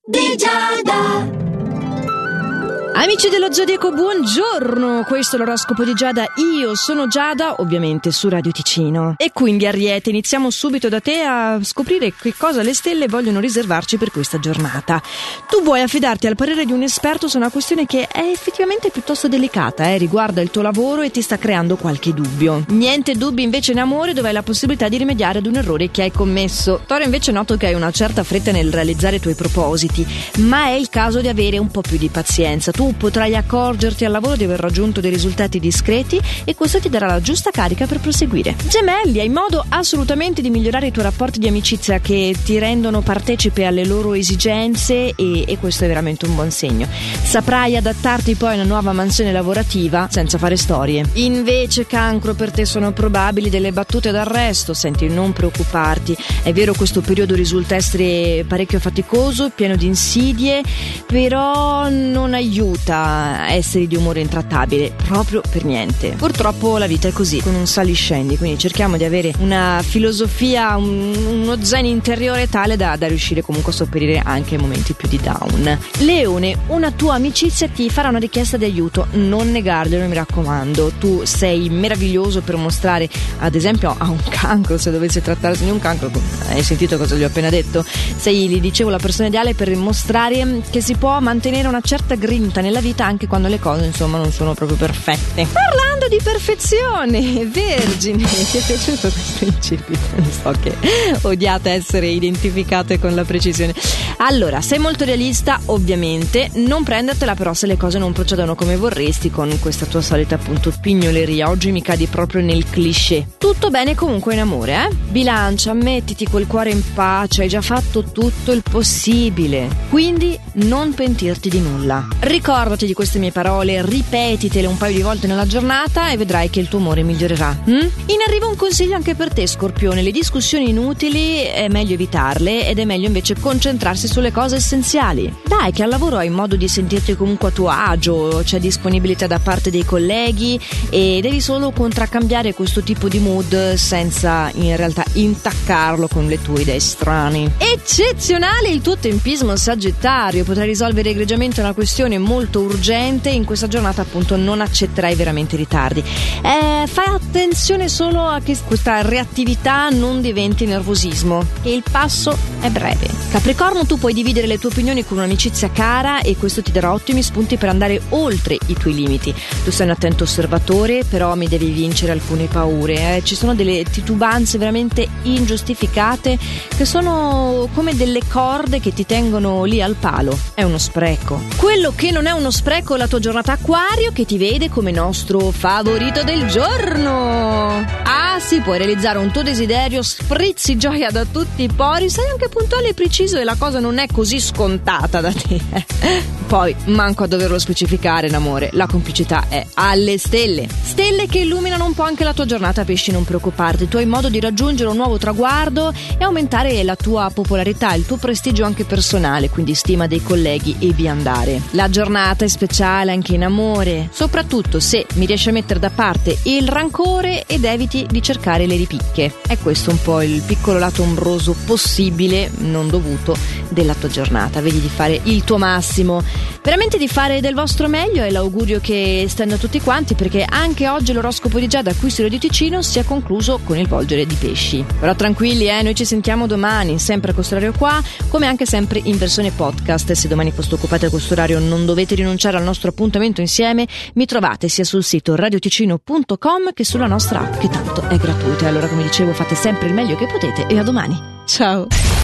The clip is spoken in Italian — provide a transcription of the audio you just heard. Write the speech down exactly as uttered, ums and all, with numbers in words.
di Giada. Amici dello Zodiaco, buongiorno, questo è l'oroscopo di Giada, io sono Giada, ovviamente su Radio Ticino. E quindi Ariete, iniziamo subito da te a scoprire che cosa le stelle vogliono riservarci per questa giornata. Tu vuoi affidarti al parere di un esperto su una questione che è effettivamente piuttosto delicata, eh? Riguarda il tuo lavoro e ti sta creando qualche dubbio. Niente dubbi invece in amore, dove hai la possibilità di rimediare ad un errore che hai commesso. Toro, invece noto che hai una certa fretta nel realizzare i tuoi propositi, ma è il caso di avere un po' più di pazienza. Tu potrai accorgerti al lavoro di aver raggiunto dei risultati discreti e questo ti darà la giusta carica per proseguire. Gemelli, hai modo assolutamente di migliorare i tuoi rapporti di amicizia che ti rendono partecipe alle loro esigenze e, e questo è veramente un buon segno. Saprai adattarti poi a una nuova mansione lavorativa senza fare storie. Invece Cancro, per te sono probabili delle battute d'arresto. Senti, non preoccuparti, è vero questo periodo risulta essere parecchio faticoso, pieno di insidie, però non aiuta a essere di umore intrattabile proprio per niente. Purtroppo la vita è così, con un saliscendi, quindi cerchiamo di avere una filosofia, un, uno zen interiore tale da, da riuscire comunque a sopperire anche ai momenti più di down. Leone, una tua amicizia ti farà una richiesta di aiuto, non negarglielo, mi raccomando. Tu sei meraviglioso per mostrare, ad esempio a un cancro, se dovesse trattarsi di un cancro, hai sentito cosa gli ho appena detto? Sei, gli dicevo, la persona ideale per mostrare che si può mantenere una certa grinta nella vita anche quando le cose insomma non sono proprio perfette. Parlando di perfezione, Vergine, ti è piaciuto questo incipit? So che odiate essere identificate con la precisione. Allora, sei molto realista, ovviamente, non prendertela però se le cose non procedono come vorresti con questa tua solita appunto pignoleria. Oggi mi cadi proprio nel cliché. Tutto bene comunque in amore, eh? Bilancia, mettiti col cuore in pace, hai già fatto tutto il possibile, quindi non pentirti di nulla. Ricordati di queste mie parole, ripetitele un paio di volte nella giornata e vedrai che il tuo umore migliorerà. hm? In arrivo un consiglio anche per te, Scorpione: le discussioni inutili è meglio evitarle ed è meglio invece concentrarsi sulle cose essenziali. Dai, che al lavoro hai modo di sentirti comunque a tuo agio, c'è disponibilità da parte dei colleghi e devi solo contraccambiare questo tipo di mood senza in realtà intaccarlo con le tue idee strane. Eccezionale il tuo tempismo, Sagittario, potrai risolvere egregiamente una questione molto urgente. In questa giornata appunto non accetterai veramente ritardi. Eh, fai attenzione solo a che questa reattività non diventi nervosismo, che il passo è breve. Capricorno, tu puoi dividere le tue opinioni con un'amicizia cara e questo ti darà ottimi spunti per andare oltre i tuoi limiti. Tu sei un attento osservatore, però mi devi vincere alcune paure. Eh. Ci sono delle titubanze veramente ingiustificate che sono come delle corde che ti tengono lì al palo. È uno spreco. Quello che non è uno spreco è la tua giornata, Acquario, che ti vede come nostro favorito del giorno. Ah sì, puoi realizzare un tuo desiderio, sprizzi gioia da tutti i pori, sei anche puntuale e preciso e la cosa non è così scontata da te. Poi, manco a doverlo specificare in amore, la complicità è alle stelle. Stelle che illuminano un po' anche la tua giornata, Pesci, non preoccuparti. Tu hai modo di raggiungere un nuovo traguardo e aumentare la tua popolarità, il tuo prestigio anche personale, quindi stima dei colleghi e via andare. La giornata è speciale anche in amore, soprattutto se mi riesci a mettere da parte il rancore ed eviti di cercare le ripicche. È questo un po' il piccolo lato ombroso possibile, non dovuto, della tua giornata. Vedi di fare il tuo massimo, veramente di fare del vostro meglio, è l'augurio che stendo a tutti quanti, perché anche oggi l'oroscopo di Giada qui su Radio Ticino si è concluso con il volgere di Pesci. Però tranquilli, eh, noi ci sentiamo domani, sempre a questo orario qua, come anche sempre in versione podcast. Se domani foste occupati a questo orario non dovete rinunciare al nostro appuntamento insieme, mi trovate sia sul sito radioticino punto com che sulla nostra app, che tanto è gratuita. E allora, come dicevo, fate sempre il meglio che potete e a domani. Ciao!